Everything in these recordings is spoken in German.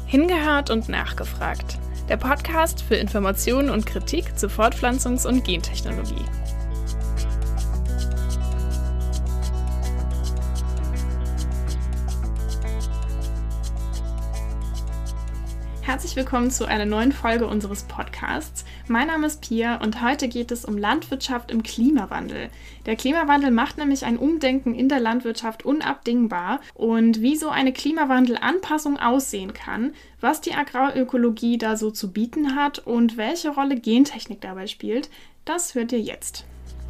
Hingehört und nachgefragt. Der Podcast für Informationen und Kritik zu Fortpflanzungs- und Gentechnologie. Herzlich willkommen zu einer neuen Folge unseres Podcasts. Mein Name ist Pia und heute geht es um Landwirtschaft im Klimawandel. Der Klimawandel macht nämlich ein Umdenken in der Landwirtschaft unabdingbar und wie so eine Klimawandelanpassung aussehen kann, was die Agrarökologie da so zu bieten hat und welche Rolle Gentechnik dabei spielt, das hört ihr jetzt.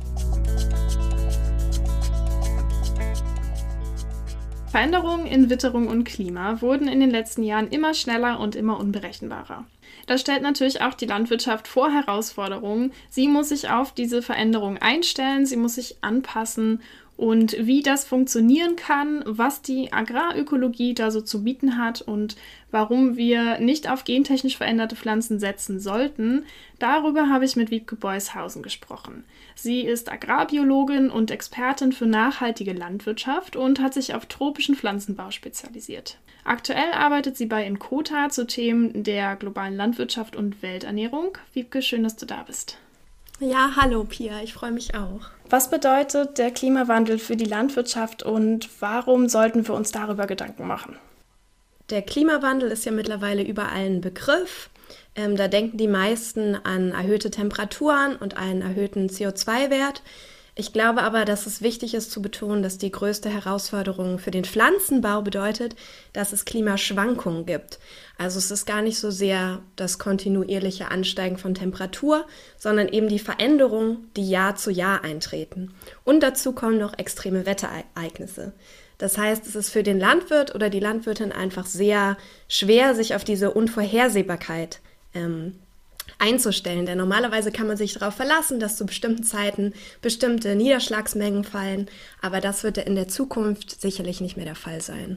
Veränderungen in Witterung und Klima wurden in den letzten Jahren immer schneller und immer unberechenbarer. Das stellt natürlich auch die Landwirtschaft vor Herausforderungen. Sie muss sich auf diese Veränderungen einstellen, sie muss sich anpassen und wie das funktionieren kann, was die Agrarökologie da so zu bieten hat und warum wir nicht auf gentechnisch veränderte Pflanzen setzen sollten, darüber habe ich mit Wiebke Beushausen gesprochen. Sie ist Agrarbiologin und Expertin für nachhaltige Landwirtschaft und hat sich auf tropischen Pflanzenbau spezialisiert. Aktuell arbeitet sie bei Inkota zu Themen der globalen Landwirtschaft und Welternährung. Wiebke, schön, dass du da bist. Ja, hallo Pia, ich freue mich auch. Was bedeutet der Klimawandel für die Landwirtschaft und warum sollten wir uns darüber Gedanken machen? Der Klimawandel ist ja mittlerweile überall ein Begriff. Da denken die meisten an erhöhte Temperaturen und einen erhöhten CO2-Wert. Ich glaube aber, dass es wichtig ist zu betonen, dass die größte Herausforderung für den Pflanzenbau bedeutet, dass es Klimaschwankungen gibt. Also es ist gar nicht so sehr das kontinuierliche Ansteigen von Temperatur, sondern eben die Veränderungen, die Jahr zu Jahr eintreten. Und dazu kommen noch extreme Wetterereignisse. Das heißt, es ist für den Landwirt oder die Landwirtin einfach sehr schwer, sich auf diese Unvorhersehbarkeit einzustellen. Denn normalerweise kann man sich darauf verlassen, dass zu bestimmten Zeiten bestimmte Niederschlagsmengen fallen. Aber das wird in der Zukunft sicherlich nicht mehr der Fall sein.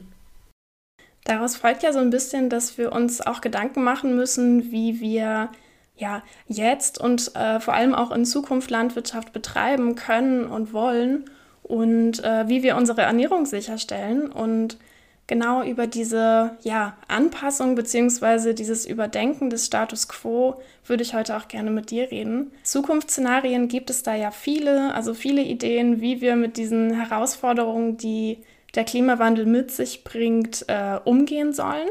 Daraus folgt ja so ein bisschen, dass wir uns auch Gedanken machen müssen, wie wir jetzt und vor allem auch in Zukunft Landwirtschaft betreiben können und wollen und wie wir unsere Ernährung sicherstellen. Und genau über diese Anpassung bzw. dieses Überdenken des Status quo würde ich heute auch gerne mit dir reden. Zukunftsszenarien gibt es da ja viele Ideen, wie wir mit diesen Herausforderungen, die der Klimawandel mit sich bringt, umgehen sollen.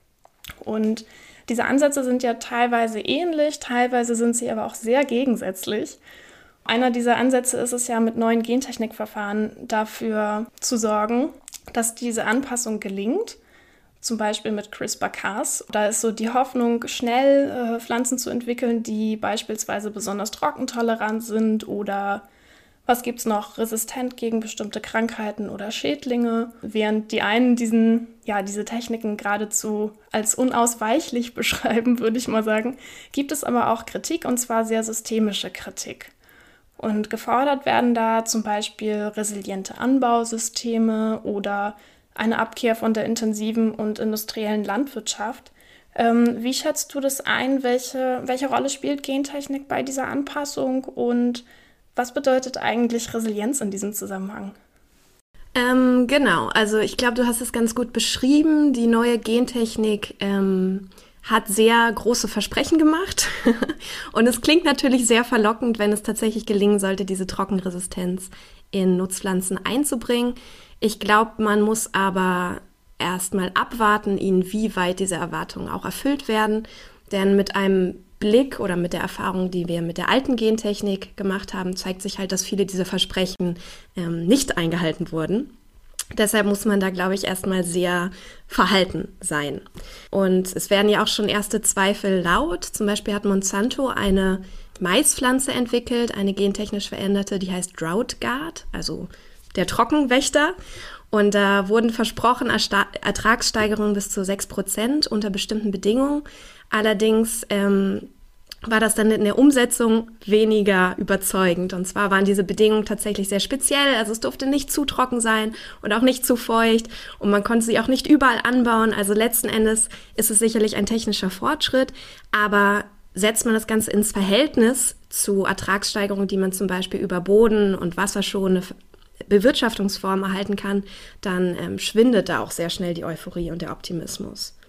Und diese Ansätze sind ja teilweise ähnlich, teilweise sind sie aber auch sehr gegensätzlich. Einer dieser Ansätze ist es ja, mit neuen Gentechnikverfahren dafür zu sorgen, dass diese Anpassung gelingt, zum Beispiel mit CRISPR-Cas. Da ist so die Hoffnung, schnell Pflanzen zu entwickeln, die beispielsweise besonders trockentolerant sind oder, was gibt's noch, resistent gegen bestimmte Krankheiten oder Schädlinge. Während die einen diese Techniken geradezu als unausweichlich beschreiben, würde ich mal sagen, gibt es aber auch Kritik, und zwar sehr systemische Kritik. Und gefordert werden da zum Beispiel resiliente Anbausysteme oder eine Abkehr von der intensiven und industriellen Landwirtschaft. Wie schätzt du das ein? Welche Rolle spielt Gentechnik bei dieser Anpassung und was bedeutet eigentlich Resilienz in diesem Zusammenhang? Genau, also ich glaube, du hast es ganz gut beschrieben. Die neue Gentechnik hat sehr große Versprechen gemacht und es klingt natürlich sehr verlockend, wenn es tatsächlich gelingen sollte, diese Trockenresistenz in Nutzpflanzen einzubringen. Ich glaube, man muss aber erstmal abwarten, inwieweit diese Erwartungen auch erfüllt werden, denn mit einem Blick oder mit der Erfahrung, die wir mit der alten Gentechnik gemacht haben, zeigt sich halt, dass viele dieser Versprechen nicht eingehalten wurden. Deshalb muss man da, glaube ich, erstmal sehr verhalten sein. Und es werden ja auch schon erste Zweifel laut. Zum Beispiel hat Monsanto eine Maispflanze entwickelt, eine gentechnisch veränderte, die heißt Drought Guard, also der Trockenwächter. Und da wurden versprochen Ertragssteigerungen bis zu 6% unter bestimmten Bedingungen. Allerdings war das dann in der Umsetzung weniger überzeugend. Und zwar waren diese Bedingungen tatsächlich sehr speziell. Also es durfte nicht zu trocken sein und auch nicht zu feucht. Und man konnte sie auch nicht überall anbauen. Also letzten Endes ist es sicherlich ein technischer Fortschritt. Aber setzt man das Ganze ins Verhältnis zu Ertragssteigerungen, die man zum Beispiel über Boden- und wasserschonende Bewirtschaftungsformen erhalten kann, dann schwindet da auch sehr schnell die Euphorie und der Optimismus.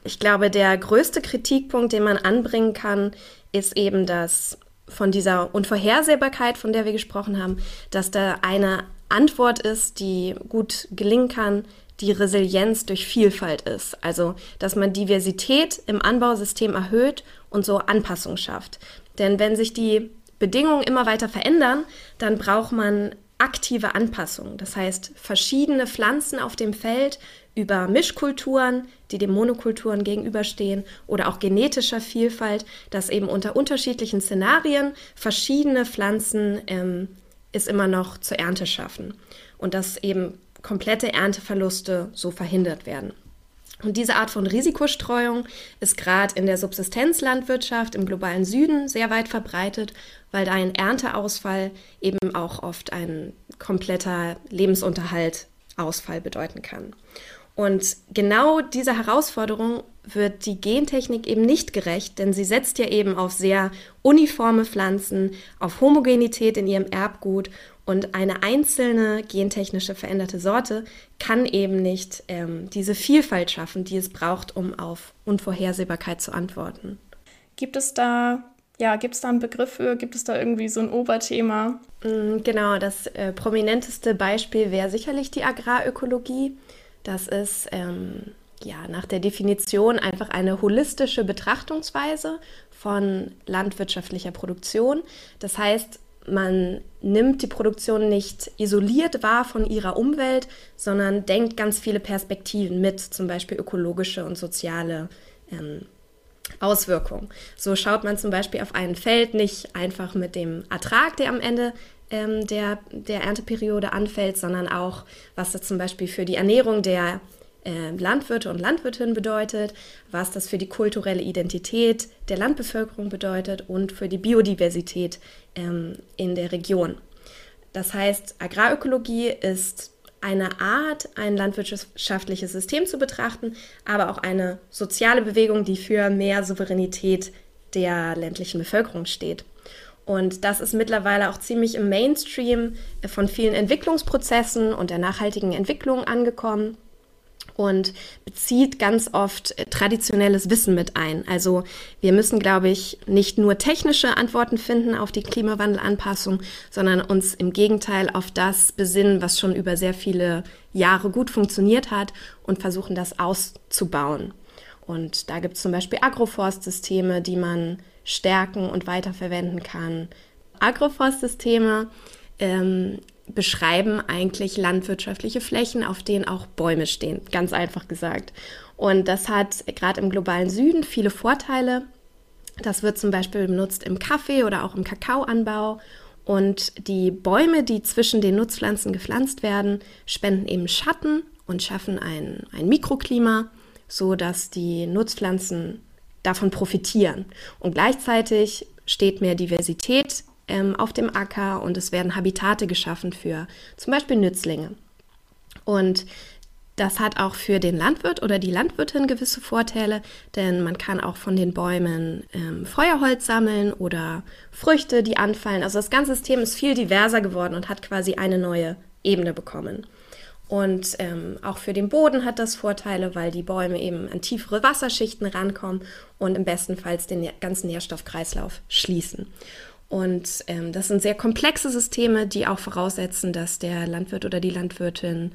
Ich glaube, der größte Kritikpunkt, den man anbringen kann, ist eben, dass von dieser Unvorhersehbarkeit, von der wir gesprochen haben, dass da eine Antwort ist, die gut gelingen kann, die Resilienz durch Vielfalt ist. Also, dass man Diversität im Anbausystem erhöht und so Anpassung schafft. Denn wenn sich die Bedingungen immer weiter verändern, dann braucht man aktive Anpassung. Das heißt, verschiedene Pflanzen auf dem Feld über Mischkulturen, die den Monokulturen gegenüberstehen, oder auch genetischer Vielfalt, dass eben unter unterschiedlichen Szenarien verschiedene Pflanzen es immer noch zur Ernte schaffen und dass eben komplette Ernteverluste so verhindert werden. Und diese Art von Risikostreuung ist gerade in der Subsistenzlandwirtschaft im globalen Süden sehr weit verbreitet, weil da ein Ernteausfall eben auch oft ein kompletter Lebensunterhaltausfall bedeuten kann. Und genau dieser Herausforderung wird die Gentechnik eben nicht gerecht, denn sie setzt ja eben auf sehr uniforme Pflanzen, auf Homogenität in ihrem Erbgut, und eine einzelne gentechnische veränderte Sorte kann eben nicht diese Vielfalt schaffen, die es braucht, um auf Unvorhersehbarkeit zu antworten. Gibt es da einen Begriff für? Gibt es da irgendwie so ein Oberthema? Genau, das prominenteste Beispiel wäre sicherlich die Agrarökologie. Das ist nach der Definition einfach eine holistische Betrachtungsweise von landwirtschaftlicher Produktion. Das heißt, man nimmt die Produktion nicht isoliert wahr von ihrer Umwelt, sondern denkt ganz viele Perspektiven mit, zum Beispiel ökologische und soziale Auswirkungen. So schaut man zum Beispiel auf ein Feld nicht einfach mit dem Ertrag, der am Ende der Ernteperiode anfällt, sondern auch, was das zum Beispiel für die Ernährung der Landwirte und Landwirtinnen bedeutet, was das für die kulturelle Identität der Landbevölkerung bedeutet und für die Biodiversität in der Region. Das heißt, Agrarökologie ist eine Art, ein landwirtschaftliches System zu betrachten, aber auch eine soziale Bewegung, die für mehr Souveränität der ländlichen Bevölkerung steht. Und das ist mittlerweile auch ziemlich im Mainstream von vielen Entwicklungsprozessen und der nachhaltigen Entwicklung angekommen und bezieht ganz oft traditionelles Wissen mit ein. Also wir müssen, glaube ich, nicht nur technische Antworten finden auf die Klimawandelanpassung, sondern uns im Gegenteil auf das besinnen, was schon über sehr viele Jahre gut funktioniert hat, und versuchen, das auszubauen. Und da gibt es zum Beispiel Agroforstsysteme, die man stärken und weiterverwenden kann. Agroforstsysteme beschreiben eigentlich landwirtschaftliche Flächen, auf denen auch Bäume stehen, ganz einfach gesagt. Und das hat gerade im globalen Süden viele Vorteile. Das wird zum Beispiel benutzt im Kaffee- oder auch im Kakaoanbau. Und die Bäume, die zwischen den Nutzpflanzen gepflanzt werden, spenden eben Schatten und schaffen ein Mikroklima, sodass die Nutzpflanzen davon profitieren. Und gleichzeitig steht mehr Diversität auf dem Acker und es werden Habitate geschaffen für zum Beispiel Nützlinge. Und das hat auch für den Landwirt oder die Landwirtin gewisse Vorteile, denn man kann auch von den Bäumen Feuerholz sammeln oder Früchte, die anfallen. Also das ganze System ist viel diverser geworden und hat quasi eine neue Ebene bekommen. Und auch für den Boden hat das Vorteile, weil die Bäume eben an tiefere Wasserschichten rankommen und im besten Fall den ganzen Nährstoffkreislauf schließen. Und das sind sehr komplexe Systeme, die auch voraussetzen, dass der Landwirt oder die Landwirtin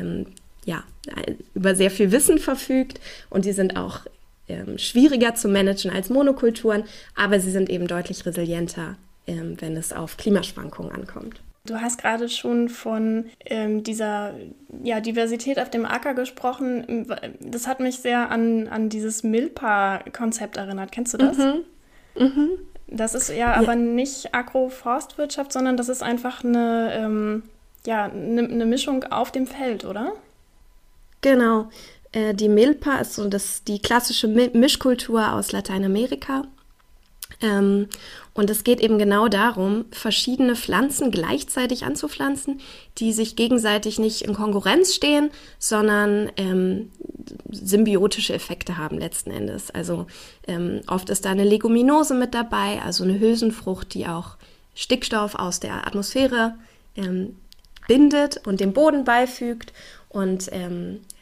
über sehr viel Wissen verfügt, und die sind auch schwieriger zu managen als Monokulturen, aber sie sind eben deutlich resilienter, wenn es auf Klimaschwankungen ankommt. Du hast gerade schon von dieser Diversität auf dem Acker gesprochen. Das hat mich sehr an dieses Milpa-Konzept erinnert. Kennst du das? Das ist aber nicht Agroforstwirtschaft, sondern das ist einfach eine Mischung auf dem Feld, oder? Genau. Die Milpa ist so die klassische Mischkultur aus Lateinamerika. Und es geht eben genau darum, verschiedene Pflanzen gleichzeitig anzupflanzen, die sich gegenseitig nicht in Konkurrenz stehen, sondern symbiotische Effekte haben letzten Endes. Also oft ist da eine Leguminose mit dabei, also eine Hülsenfrucht, die auch Stickstoff aus der Atmosphäre bindet und dem Boden beifügt. Und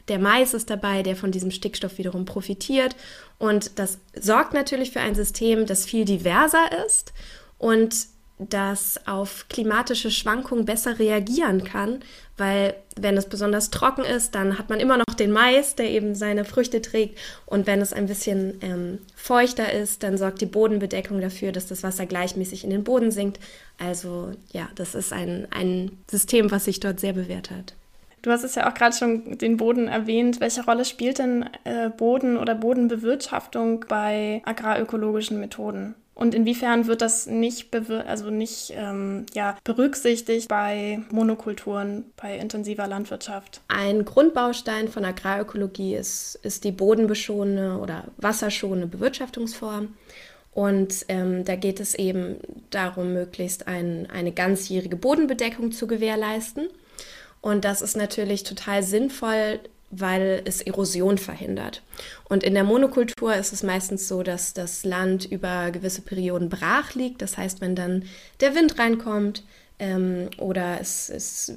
Der Mais ist dabei, der von diesem Stickstoff wiederum profitiert. Und das sorgt natürlich für ein System, das viel diverser ist und das auf klimatische Schwankungen besser reagieren kann, weil wenn es besonders trocken ist, dann hat man immer noch den Mais, der eben seine Früchte trägt, und wenn es ein bisschen feuchter ist, dann sorgt die Bodenbedeckung dafür, dass das Wasser gleichmäßig in den Boden sinkt. Also ja, das ist ein System, was sich dort sehr bewährt hat. Du hast es ja auch gerade schon den Boden erwähnt. Welche Rolle spielt denn Boden oder Bodenbewirtschaftung bei agrarökologischen Methoden? Und inwiefern wird das nicht berücksichtigt bei Monokulturen, bei intensiver Landwirtschaft? Ein Grundbaustein von Agrarökologie ist die bodenbeschonende oder wasserschonende Bewirtschaftungsform. Und da geht es eben darum, möglichst eine ganzjährige Bodenbedeckung zu gewährleisten. Und das ist natürlich total sinnvoll, weil es Erosion verhindert. Und in der Monokultur ist es meistens so, dass das Land über gewisse Perioden brach liegt. Das heißt, wenn dann der Wind reinkommt oder es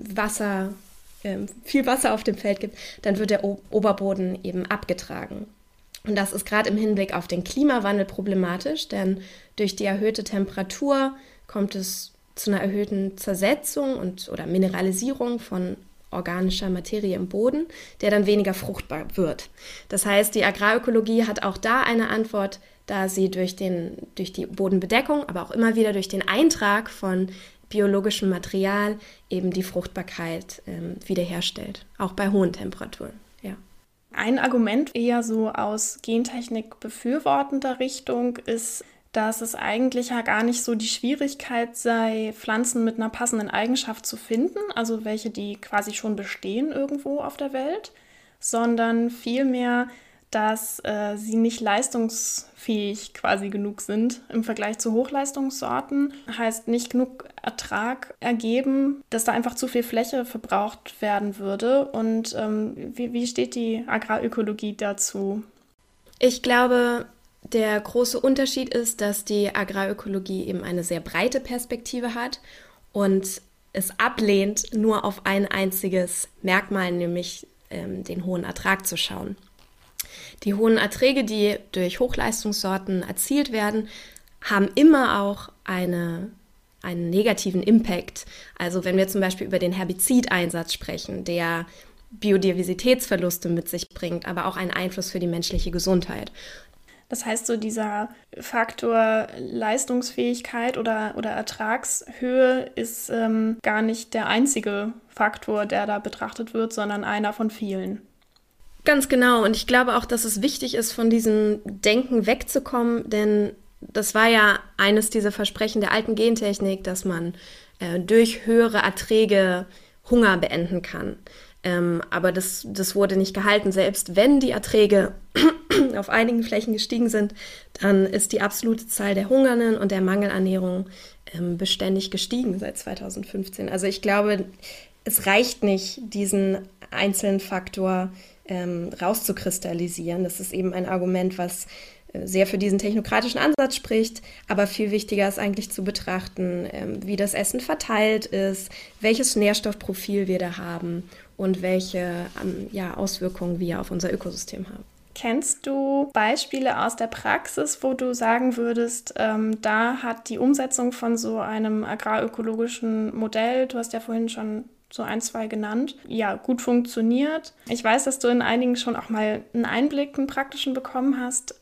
viel Wasser auf dem Feld gibt, dann wird der Oberboden eben abgetragen. Und das ist gerade im Hinblick auf den Klimawandel problematisch, denn durch die erhöhte Temperatur kommt es zu einer erhöhten Zersetzung oder Mineralisierung von organischer Materie im Boden, der dann weniger fruchtbar wird. Das heißt, die Agrarökologie hat auch da eine Antwort, da sie durch die Bodenbedeckung, aber auch immer wieder durch den Eintrag von biologischem Material eben die Fruchtbarkeit wiederherstellt, auch bei hohen Temperaturen. Ja. Ein Argument eher so aus Gentechnik befürwortender Richtung ist, dass es eigentlich ja gar nicht so die Schwierigkeit sei, Pflanzen mit einer passenden Eigenschaft zu finden, also welche, die quasi schon bestehen irgendwo auf der Welt, sondern vielmehr, dass sie nicht leistungsfähig quasi genug sind im Vergleich zu Hochleistungssorten. Heißt, nicht genug Ertrag ergeben, dass da einfach zu viel Fläche verbraucht werden würde. Und wie steht die Agrarökologie dazu? Ich glaube, der große Unterschied ist, dass die Agrarökologie eben eine sehr breite Perspektive hat und es ablehnt, nur auf ein einziges Merkmal, nämlich den hohen Ertrag zu schauen. Die hohen Erträge, die durch Hochleistungssorten erzielt werden, haben immer auch einen negativen Impact. Also wenn wir zum Beispiel über den Herbizideinsatz sprechen, der Biodiversitätsverluste mit sich bringt, aber auch einen Einfluss für die menschliche Gesundheit. Das heißt, so dieser Faktor Leistungsfähigkeit oder Ertragshöhe ist gar nicht der einzige Faktor, der da betrachtet wird, sondern einer von vielen. Ganz genau. Und ich glaube auch, dass es wichtig ist, von diesem Denken wegzukommen, denn das war ja eines dieser Versprechen der alten Gentechnik, dass man durch höhere Erträge Hunger beenden kann. Aber das wurde nicht gehalten. Selbst wenn die Erträge auf einigen Flächen gestiegen sind, dann ist die absolute Zahl der Hungernden und der Mangelernährung beständig gestiegen seit 2015. Also ich glaube, es reicht nicht, diesen einzelnen Faktor rauszukristallisieren. Das ist eben ein Argument, was sehr für diesen technokratischen Ansatz spricht, aber viel wichtiger ist eigentlich zu betrachten, wie das Essen verteilt ist, welches Nährstoffprofil wir da haben und welche Auswirkungen wir auf unser Ökosystem haben. Kennst du Beispiele aus der Praxis, wo du sagen würdest, da hat die Umsetzung von so einem agrarökologischen Modell, du hast ja vorhin schon so 1, 2 genannt, ja, gut funktioniert. Ich weiß, dass du in einigen schon auch mal einen praktischen bekommen hast.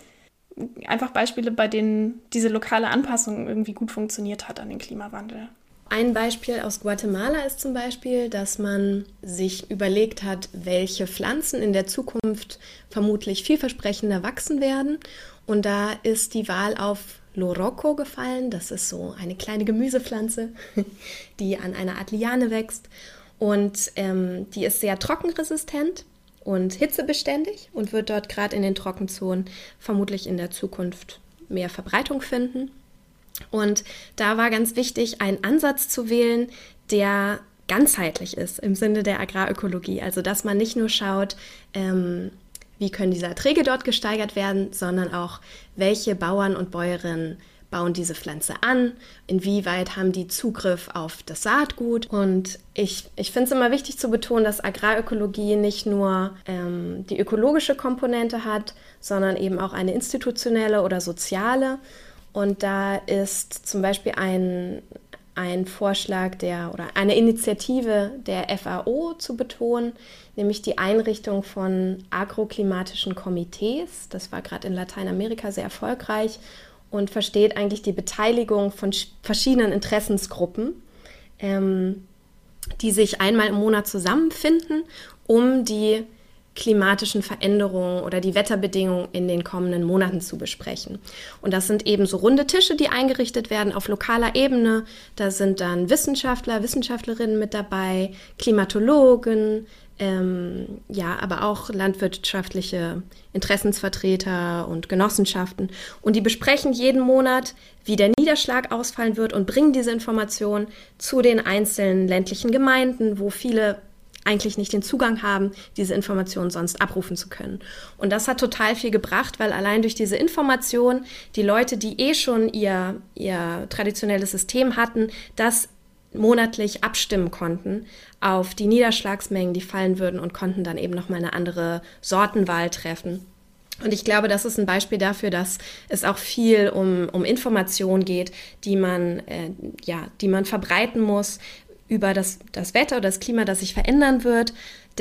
Einfach Beispiele, bei denen diese lokale Anpassung irgendwie gut funktioniert hat an den Klimawandel. Ein Beispiel aus Guatemala ist zum Beispiel, dass man sich überlegt hat, welche Pflanzen in der Zukunft vermutlich vielversprechender wachsen werden. Und da ist die Wahl auf Loroco gefallen. Das ist so eine kleine Gemüsepflanze, die an einer Art Liane wächst. Und die ist sehr trockenresistent und hitzebeständig und wird dort gerade in den Trockenzonen vermutlich in der Zukunft mehr Verbreitung finden. Und da war ganz wichtig, einen Ansatz zu wählen, der ganzheitlich ist im Sinne der Agrarökologie. Also dass man nicht nur schaut, wie können diese Erträge dort gesteigert werden, sondern auch, welche Bauern und Bäuerinnen bauen diese Pflanze an, inwieweit haben die Zugriff auf das Saatgut. Und ich finde es immer wichtig zu betonen, dass Agrarökologie nicht nur die ökologische Komponente hat, sondern eben auch eine institutionelle oder soziale. Und da ist zum Beispiel ein Vorschlag oder eine Initiative der FAO zu betonen, nämlich die Einrichtung von agroklimatischen Komitees. Das war gerade in Lateinamerika sehr erfolgreich und versteht eigentlich die Beteiligung von verschiedenen Interessensgruppen, die sich einmal im Monat zusammenfinden, um die klimatischen Veränderungen oder die Wetterbedingungen in den kommenden Monaten zu besprechen. Und das sind eben so runde Tische, die eingerichtet werden auf lokaler Ebene. Da sind dann Wissenschaftler, Wissenschaftlerinnen mit dabei, Klimatologen, aber auch landwirtschaftliche Interessensvertreter und Genossenschaften. Und die besprechen jeden Monat, wie der Niederschlag ausfallen wird und bringen diese Informationen zu den einzelnen ländlichen Gemeinden, wo viele eigentlich nicht den Zugang haben, diese Informationen sonst abrufen zu können. Und das hat total viel gebracht, weil allein durch diese Information die Leute, die schon ihr traditionelles System hatten, das monatlich abstimmen konnten auf die Niederschlagsmengen, die fallen würden und konnten dann eben nochmal eine andere Sortenwahl treffen. Und ich glaube, das ist ein Beispiel dafür, dass es auch viel um Information geht, die man verbreiten muss über das Wetter oder das Klima, das sich verändern wird.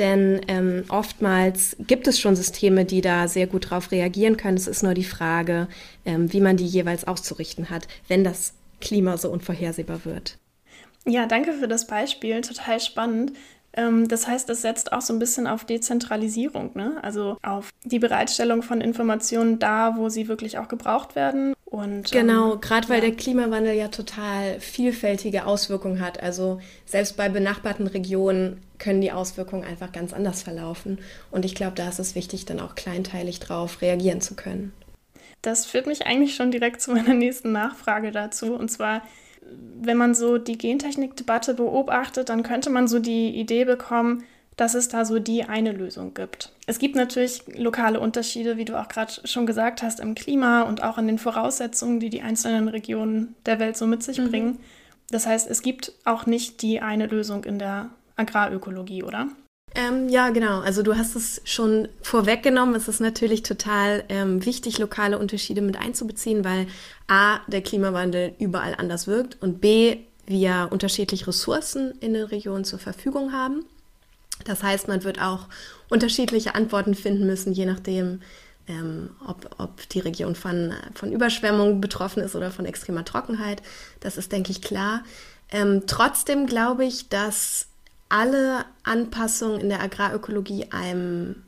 Denn oftmals gibt es schon Systeme, die da sehr gut drauf reagieren können. Es ist nur die Frage, wie man die jeweils auszurichten hat, wenn das Klima so unvorhersehbar wird. Ja, danke für das Beispiel, total spannend. Das heißt, es setzt auch so ein bisschen auf Dezentralisierung, ne? Also auf die Bereitstellung von Informationen da, wo sie wirklich auch gebraucht werden. Und, genau, gerade weil der Klimawandel ja total vielfältige Auswirkungen hat. Also selbst bei benachbarten Regionen können die Auswirkungen einfach ganz anders verlaufen. Und ich glaube, da ist es wichtig, dann auch kleinteilig drauf reagieren zu können. Das führt mich eigentlich schon direkt zu meiner nächsten Nachfrage dazu. Und zwar, wenn man so die Gentechnik-Debatte beobachtet, dann könnte man so die Idee bekommen, dass es da so die eine Lösung gibt. Es gibt natürlich lokale Unterschiede, wie du auch gerade schon gesagt hast, im Klima und auch in den Voraussetzungen, die die einzelnen Regionen der Welt so mit sich bringen. Das heißt, es gibt auch nicht die eine Lösung in der Agrarökologie, oder? Ja, genau. Also du hast es schon vorweggenommen. Es ist natürlich total wichtig, lokale Unterschiede mit einzubeziehen, weil A, der Klimawandel überall anders wirkt und B, wir unterschiedliche Ressourcen in den Regionen zur Verfügung haben. Das heißt, man wird auch unterschiedliche Antworten finden müssen, je nachdem, ob die Region von Überschwemmungen betroffen ist oder von extremer Trockenheit. Das ist, denke ich, klar. Trotzdem glaube ich, dass alle Anpassungen in der Agrarökologie einem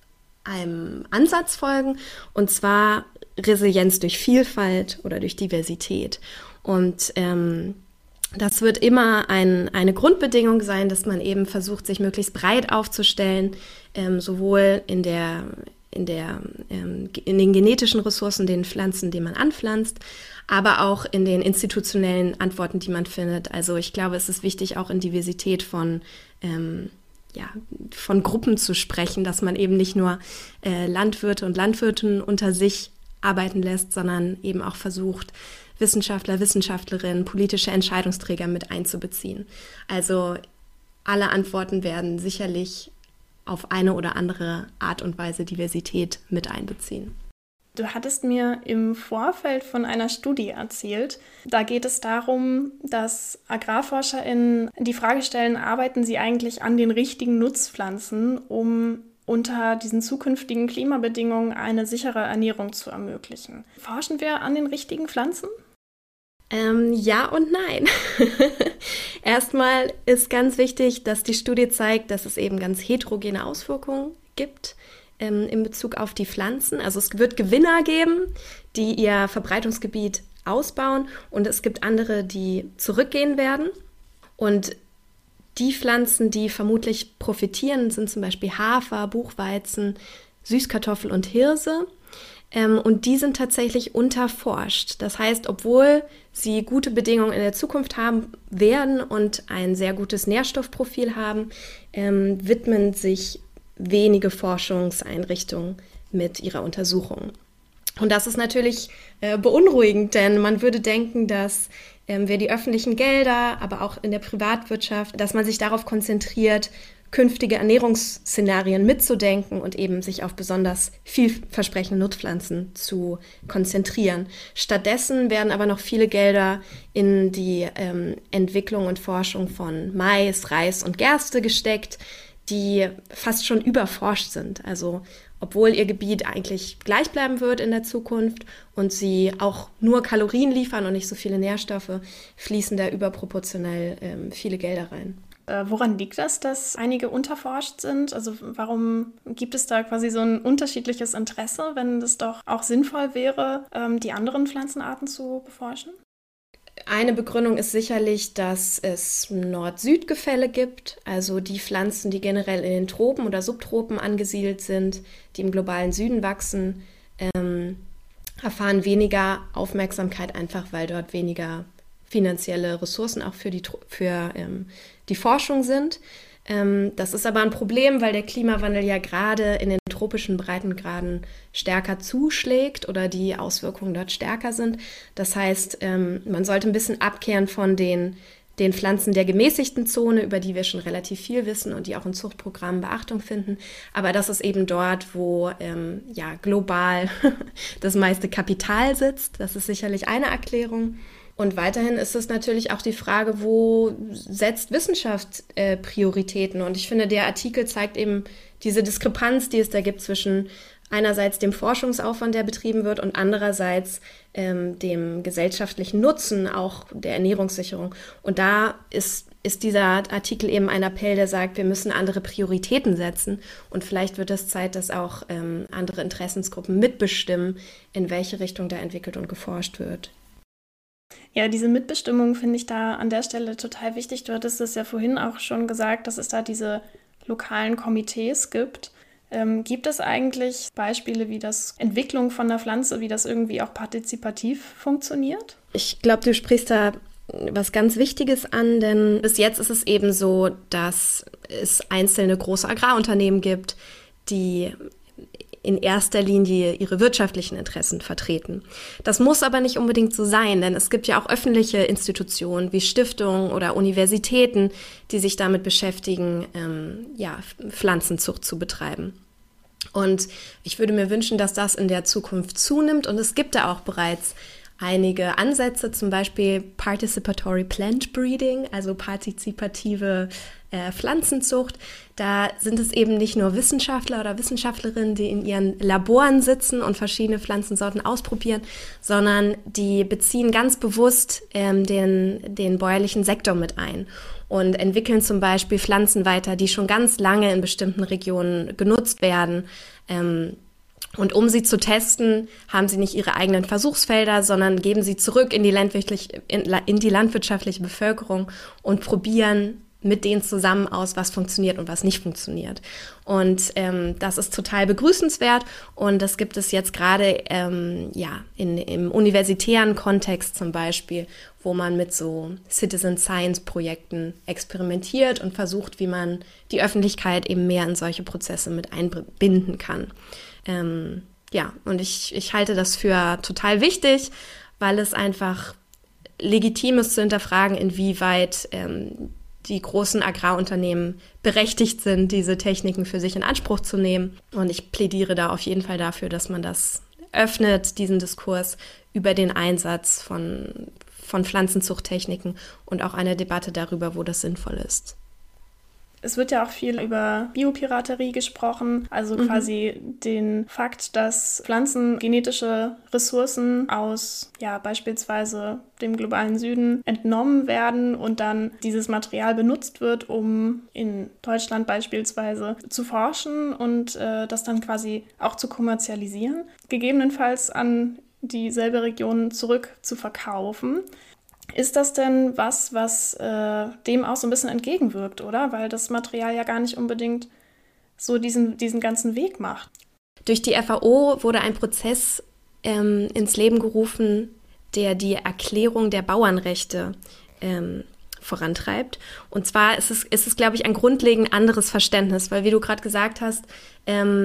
Ansatz folgen, und zwar Resilienz durch Vielfalt oder durch Diversität. Und das wird immer eine Grundbedingung sein, dass man eben versucht, sich möglichst breit aufzustellen, sowohl in den genetischen Ressourcen, den Pflanzen, die man anpflanzt, aber auch in den institutionellen Antworten, die man findet. Also ich glaube, es ist wichtig, auch in Diversität von Gruppen zu sprechen, dass man eben nicht nur Landwirte und Landwirtinnen unter sich arbeiten lässt, sondern eben auch versucht, Wissenschaftler, Wissenschaftlerinnen, politische Entscheidungsträger mit einzubeziehen. Also alle Antworten werden sicherlich auf eine oder andere Art und Weise Diversität mit einbeziehen. Du hattest mir im Vorfeld von einer Studie erzählt. Da geht es darum, dass AgrarforscherInnen die Frage stellen, arbeiten sie eigentlich an den richtigen Nutzpflanzen, um unter diesen zukünftigen Klimabedingungen eine sichere Ernährung zu ermöglichen. Forschen wir an den richtigen Pflanzen? Ja und nein. Erstmal ist ganz wichtig, dass die Studie zeigt, dass es eben ganz heterogene Auswirkungen gibt in Bezug auf die Pflanzen. Also es wird Gewinner geben, die ihr Verbreitungsgebiet ausbauen, und es gibt andere, die zurückgehen werden. Und die Pflanzen, die vermutlich profitieren, sind zum Beispiel Hafer, Buchweizen, Süßkartoffel und Hirse. Und die sind tatsächlich unterforscht. Das heißt, obwohl sie gute Bedingungen in der Zukunft haben werden und ein sehr gutes Nährstoffprofil haben, widmen sich wenige Forschungseinrichtungen mit ihrer Untersuchung. Und das ist natürlich beunruhigend, denn man würde denken, dass wir die öffentlichen Gelder, aber auch in der Privatwirtschaft, dass man sich darauf konzentriert, künftige Ernährungsszenarien mitzudenken und eben sich auf besonders vielversprechende Nutzpflanzen zu konzentrieren. Stattdessen werden aber noch viele Gelder in die Entwicklung und Forschung von Mais, Reis und Gerste gesteckt, die fast schon überforscht sind. Also obwohl ihr Gebiet eigentlich gleich bleiben wird in der Zukunft und sie auch nur Kalorien liefern und nicht so viele Nährstoffe, fließen da überproportionell viele Gelder rein. Woran liegt das, dass einige unterforscht sind? Also warum gibt es da quasi so ein unterschiedliches Interesse, wenn es doch auch sinnvoll wäre, die anderen Pflanzenarten zu beforschen? Eine Begründung ist sicherlich, dass es Nord-Süd-Gefälle gibt, also die Pflanzen, die generell in den Tropen oder Subtropen angesiedelt sind, die im globalen Süden wachsen, erfahren weniger Aufmerksamkeit, einfach weil dort weniger finanzielle Ressourcen auch für die Forschung sind. Das ist aber ein Problem, weil der Klimawandel ja gerade in den tropischen Breitengraden stärker zuschlägt oder die Auswirkungen dort stärker sind. Das heißt, man sollte ein bisschen abkehren von den Pflanzen der gemäßigten Zone, über die wir schon relativ viel wissen und die auch in Zuchtprogrammen Beachtung finden. Aber das ist eben dort, wo global das meiste Kapital sitzt. Das ist sicherlich eine Erklärung. Und weiterhin ist es natürlich auch die Frage, wo setzt Wissenschaft Prioritäten? Und ich finde, der Artikel zeigt eben diese Diskrepanz, die es da gibt zwischen einerseits dem Forschungsaufwand, der betrieben wird, und andererseits dem gesellschaftlichen Nutzen auch der Ernährungssicherung. Und da ist dieser Artikel eben ein Appell, der sagt, wir müssen andere Prioritäten setzen. Und vielleicht wird es Zeit, dass auch andere Interessensgruppen mitbestimmen, in welche Richtung da entwickelt und geforscht wird. Ja, diese Mitbestimmung finde ich da an der Stelle total wichtig. Du hattest es ja vorhin auch schon gesagt, dass es da diese lokalen Komitees gibt. Gibt es eigentlich Beispiele, wie das Entwicklung von der Pflanze, wie das irgendwie auch partizipativ funktioniert? Ich glaube, du sprichst da was ganz Wichtiges an, denn bis jetzt ist es eben so, dass es einzelne große Agrarunternehmen gibt, die in erster Linie ihre wirtschaftlichen Interessen vertreten. Das muss aber nicht unbedingt so sein, denn es gibt ja auch öffentliche Institutionen wie Stiftungen oder Universitäten, die sich damit beschäftigen, Pflanzenzucht zu betreiben. Und ich würde mir wünschen, dass das in der Zukunft zunimmt, und es gibt da auch bereits einige Ansätze, zum Beispiel Participatory Plant Breeding, also partizipative Pflanzenzucht. Da sind es eben nicht nur Wissenschaftler oder Wissenschaftlerinnen, die in ihren Laboren sitzen und verschiedene Pflanzensorten ausprobieren, sondern die beziehen ganz bewusst den bäuerlichen Sektor mit ein und entwickeln zum Beispiel Pflanzen weiter, die schon ganz lange in bestimmten Regionen genutzt werden. Und um sie zu testen, haben sie nicht ihre eigenen Versuchsfelder, sondern geben sie zurück in die landwirtschaftliche Bevölkerung und probieren mit denen zusammen aus, was funktioniert und was nicht funktioniert. Und das ist total begrüßenswert, und das gibt es jetzt gerade im universitären Kontext zum Beispiel, wo man mit so Citizen Science Projekten experimentiert und versucht, wie man die Öffentlichkeit eben mehr in solche Prozesse mit einbinden kann. Und ich halte das für total wichtig, weil es einfach legitim ist zu hinterfragen, inwieweit die großen Agrarunternehmen berechtigt sind, diese Techniken für sich in Anspruch zu nehmen. Und ich plädiere da auf jeden Fall dafür, dass man das öffnet, diesen Diskurs über den Einsatz von Pflanzenzuchttechniken und auch eine Debatte darüber, wo das sinnvoll ist. Es wird ja auch viel über Biopiraterie gesprochen, also quasi den Fakt, dass Pflanzen genetische Ressourcen aus beispielsweise dem globalen Süden entnommen werden und dann dieses Material benutzt wird, um in Deutschland beispielsweise zu forschen und das dann quasi auch zu kommerzialisieren, gegebenenfalls an dieselbe Region zurück zu verkaufen. Ist das denn was dem auch so ein bisschen entgegenwirkt, oder? Weil das Material ja gar nicht unbedingt so diesen ganzen Weg macht. Durch die FAO wurde ein Prozess ins Leben gerufen, der die Erklärung der Bauernrechte vorantreibt. Und zwar ist es, glaube ich, ein grundlegend anderes Verständnis, weil, wie du gerade gesagt hast,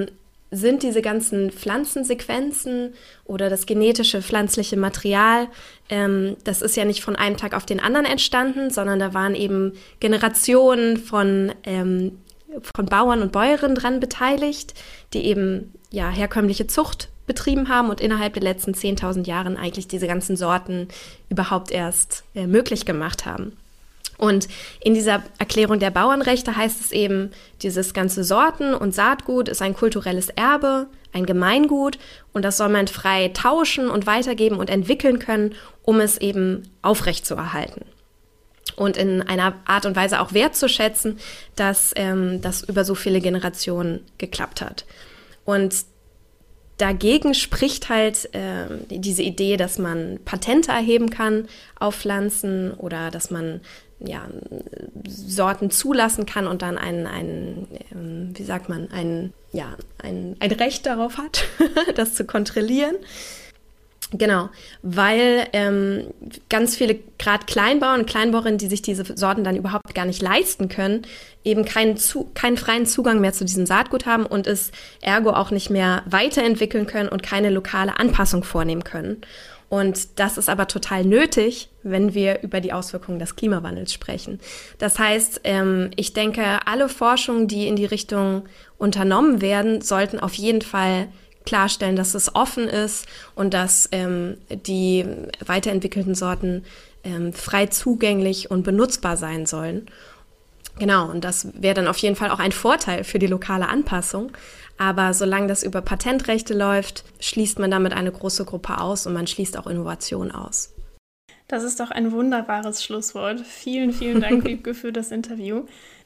sind diese ganzen Pflanzensequenzen oder das genetische pflanzliche Material, das ist ja nicht von einem Tag auf den anderen entstanden, sondern da waren eben Generationen von Bauern und Bäuerinnen dran beteiligt, die eben herkömmliche Zucht betrieben haben und innerhalb der letzten 10.000 Jahren eigentlich diese ganzen Sorten überhaupt erst möglich gemacht haben. Und in dieser Erklärung der Bauernrechte heißt es eben, dieses ganze Sorten- und Saatgut ist ein kulturelles Erbe, ein Gemeingut und das soll man frei tauschen und weitergeben und entwickeln können, um es eben aufrechtzuerhalten. Und in einer Art und Weise auch wertzuschätzen, dass das über so viele Generationen geklappt hat. Und dagegen spricht halt diese Idee, dass man Patente erheben kann auf Pflanzen oder dass man Sorten zulassen kann und dann ein Recht darauf hat, das zu kontrollieren. Genau, weil ganz viele, gerade Kleinbauern und Kleinbäuerinnen, die sich diese Sorten dann überhaupt gar nicht leisten können, eben keinen freien Zugang mehr zu diesem Saatgut haben und es ergo auch nicht mehr weiterentwickeln können und keine lokale Anpassung vornehmen können. Und das ist aber total nötig, wenn wir über die Auswirkungen des Klimawandels sprechen. Das heißt, ich denke, alle Forschungen, die in die Richtung unternommen werden, sollten auf jeden Fall klarstellen, dass es offen ist und dass die weiterentwickelten Sorten frei zugänglich und benutzbar sein sollen. Genau, und das wäre dann auf jeden Fall auch ein Vorteil für die lokale Anpassung. Aber solange das über Patentrechte läuft, schließt man damit eine große Gruppe aus und man schließt auch Innovation aus. Das ist doch ein wunderbares Schlusswort. Vielen, vielen Dank, Wiebke, für das Interview.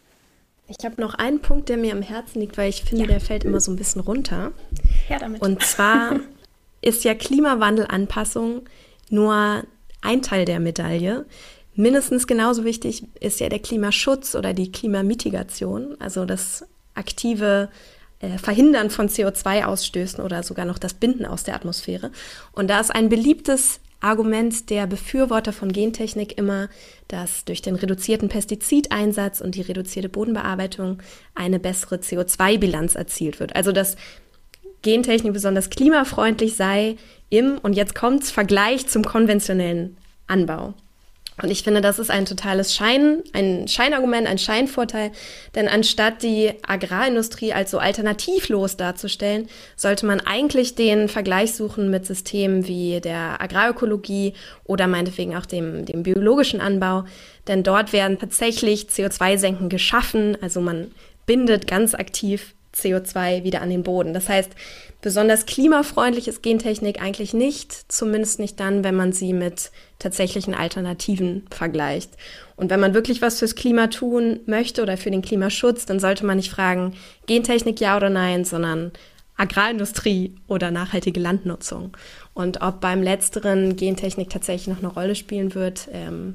Ich habe noch einen Punkt, der mir am Herzen liegt, weil ich finde, der fällt immer so ein bisschen runter. Her damit. Und zwar ist ja Klimawandelanpassung nur ein Teil der Medaille. Mindestens genauso wichtig ist ja der Klimaschutz oder die Klimamitigation, also das aktive Verhindern von CO2-Ausstößen oder sogar noch das Binden aus der Atmosphäre. Und da ist ein beliebtes Argument der Befürworter von Gentechnik immer, dass durch den reduzierten Pestizideinsatz und die reduzierte Bodenbearbeitung eine bessere CO2-Bilanz erzielt wird. Also dass Gentechnik besonders klimafreundlich sei und jetzt kommt's, Vergleich zum konventionellen Anbau. Und ich finde, das ist ein totales Scheinargument, ein Scheinvorteil, denn anstatt die Agrarindustrie als so alternativlos darzustellen, sollte man eigentlich den Vergleich suchen mit Systemen wie der Agrarökologie oder meinetwegen auch dem biologischen Anbau, denn dort werden tatsächlich CO2-Senken geschaffen, also man bindet ganz aktiv CO2 wieder an den Boden. Das heißt, besonders klimafreundlich ist Gentechnik eigentlich nicht, zumindest nicht dann, wenn man sie mit tatsächlichen Alternativen vergleicht. Und wenn man wirklich was fürs Klima tun möchte oder für den Klimaschutz, dann sollte man nicht fragen, Gentechnik ja oder nein, sondern Agrarindustrie oder nachhaltige Landnutzung. Und ob beim Letzteren Gentechnik tatsächlich noch eine Rolle spielen wird,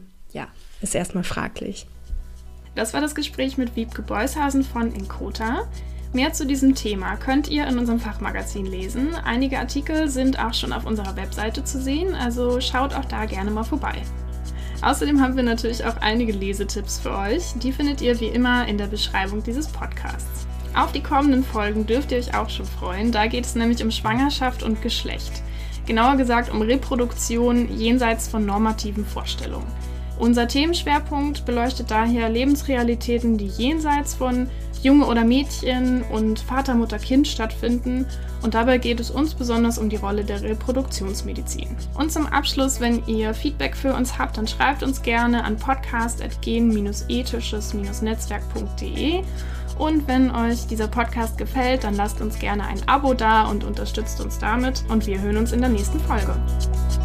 ist erstmal fraglich. Das war das Gespräch mit Wiebke Beushausen von Inkota. Mehr zu diesem Thema könnt ihr in unserem Fachmagazin lesen. Einige Artikel sind auch schon auf unserer Webseite zu sehen, also schaut auch da gerne mal vorbei. Außerdem haben wir natürlich auch einige Lesetipps für euch. Die findet ihr wie immer in der Beschreibung dieses Podcasts. Auf die kommenden Folgen dürft ihr euch auch schon freuen. Da geht es nämlich um Schwangerschaft und Geschlecht. Genauer gesagt um Reproduktion jenseits von normativen Vorstellungen. Unser Themenschwerpunkt beleuchtet daher Lebensrealitäten, die jenseits von Junge oder Mädchen und Vater, Mutter, Kind stattfinden. Und dabei geht es uns besonders um die Rolle der Reproduktionsmedizin. Und zum Abschluss, wenn ihr Feedback für uns habt, dann schreibt uns gerne an podcast@gen-ethisches-netzwerk.de. Und wenn euch dieser Podcast gefällt, dann lasst uns gerne ein Abo da und unterstützt uns damit. Und wir hören uns in der nächsten Folge.